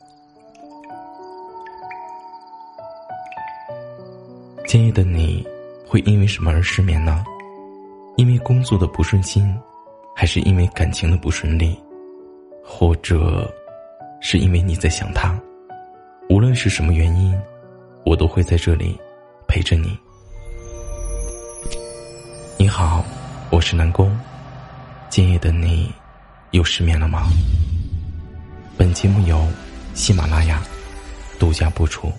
今夜的你会因为什么而失眠呢？因为工作的不顺心，还是因为感情的不顺利，或者是因为你在想他？无论是什么原因，我都会在这里陪着你。你好，我是南宫。今夜的你又失眠了吗？本节目由喜马拉雅独家播出。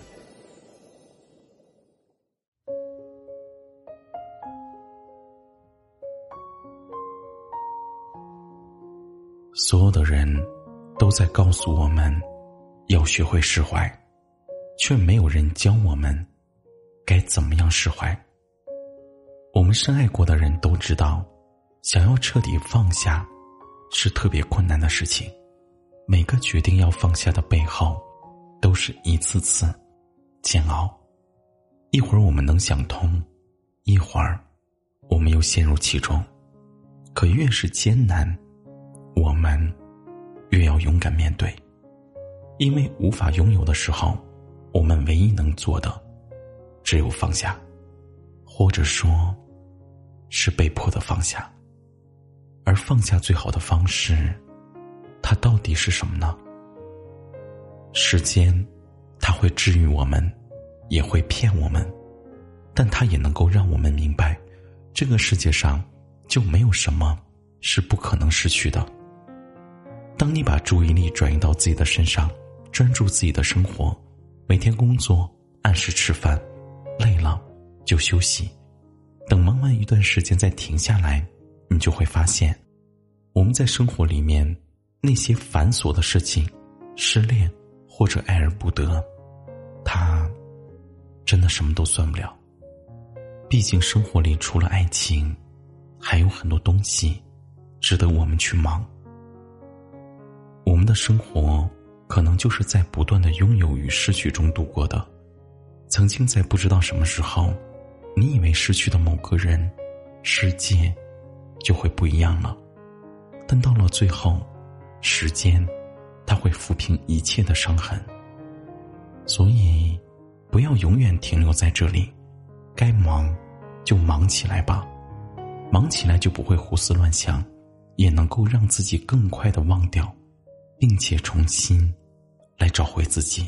所有的人都在告诉我们要学会释怀，却没有人教我们该怎么样释怀。我们深爱过的人都知道，想要彻底放下是特别困难的事情。每个决定要放下的背后，都是一次次煎熬。一会儿我们能想通，一会儿我们又陷入其中。可越是艰难，我们越要勇敢面对。因为无法拥有的时候，我们唯一能做的只有放下，或者说是被迫的放下。而放下最好的方式，它到底是什么呢？时间，它会治愈我们，也会骗我们，但它也能够让我们明白，这个世界上就没有什么是不可能失去的。当你把注意力转移到自己的身上，专注自己的生活，每天工作，按时吃饭，累了就休息，等忙完一段时间再停下来，你就会发现，我们在生活里面那些繁琐的事情，失恋或者爱而不得，它真的什么都算不了。毕竟生活里除了爱情，还有很多东西值得我们去忙。我们的生活可能就是在不断的拥有与失去中度过的。曾经在不知道什么时候，你以为失去的某个人，世界就会不一样了。但到了最后，时间它会抚平一切的伤痕。所以不要永远停留在这里，该忙就忙起来吧。忙起来就不会胡思乱想，也能够让自己更快地忘掉，并且重新来找回自己。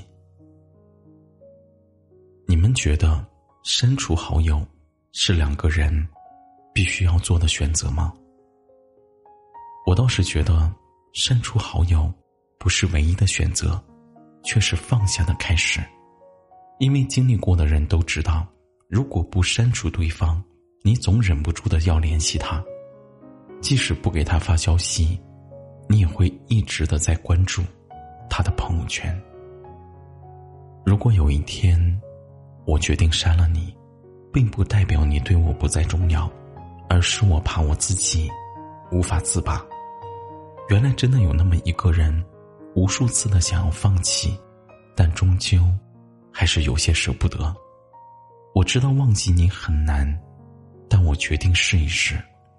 你们觉得删除好友是两个人必须要做的选择吗？我倒是觉得删除好友不是唯一的选择，却是放下的开始。因为经历过的人都知道，如果不删除对方，你总忍不住的要联系他，即使不给他发消息，你也会一直的在关注他的朋友圈。如果有一天我决定删了你，并不代表你对我不再重要，而是我怕我自己无法自拔。原来真的有那么一个人，无数次的想要放弃，但终究还是有些舍不得。我知道忘记你很难，但我决定试一试。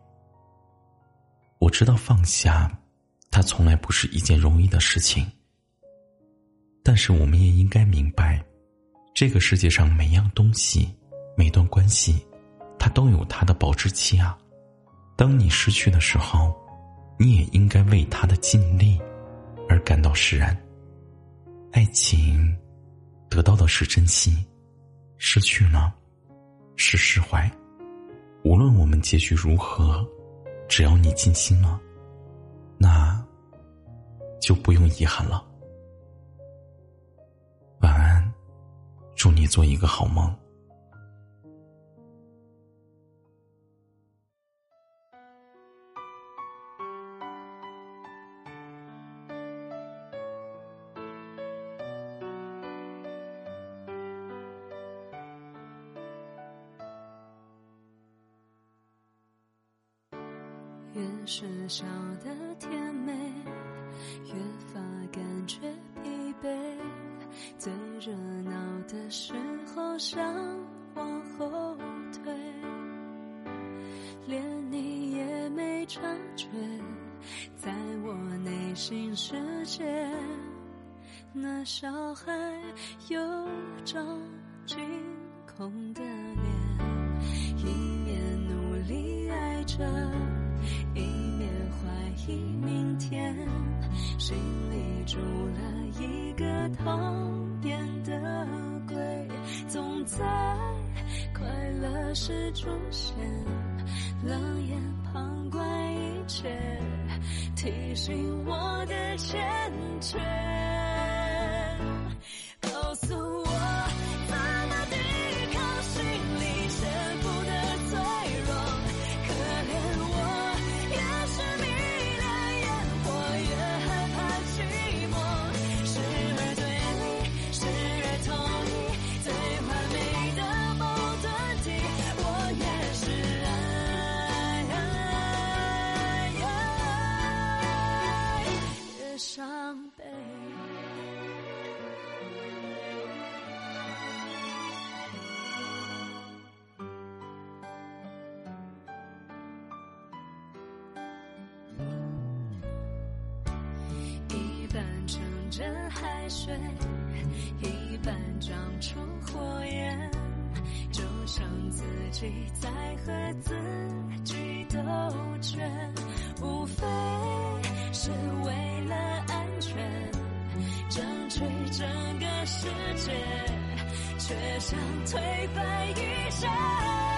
我知道放下它从来不是一件容易的事情，但是我们也应该明白，这个世界上每样东西，每段关系，它都有它的保质期啊。当你失去的时候，你也应该为他的尽力而感到释然。爱情得到的是珍惜，失去了是释怀。无论我们结局如何，只要你尽心了，那就不用遗憾了。晚安，祝你做一个好梦。 越是笑得甜美，越发感觉疲惫。最热闹的时候想往后退，连你也没察觉，在我内心世界那小孩有张惊恐的脸，一面努力爱着，一面怀疑明天，心里住了一个讨厌的鬼，总在快乐时出现，冷眼旁观一切，提醒我的欠缺，告诉我怎么抵抗心里潜伏的脆弱，可怜我越是迷恋烟火，越害怕寂寞，时而对立，时而同意，最完美的矛盾体，我越是爱，越伤悲。一半乘着海水，一半长出火焰，就像自己在和自己斗拳，无非是为了安全，争取整个世界，却想推翻一切。